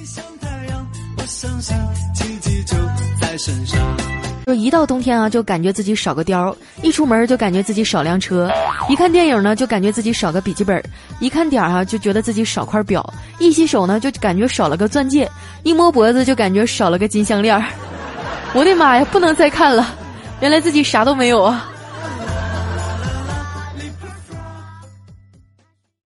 说一到冬天啊，就感觉自己少个貂；一出门就感觉自己少辆车；一看电影呢，就感觉自己少个笔记本；一看点啊，就觉得自己少块表；一洗手呢，就感觉少了个钻戒；一摸脖子就感觉少了个金项链。我的妈呀，不能再看了，原来自己啥都没有啊！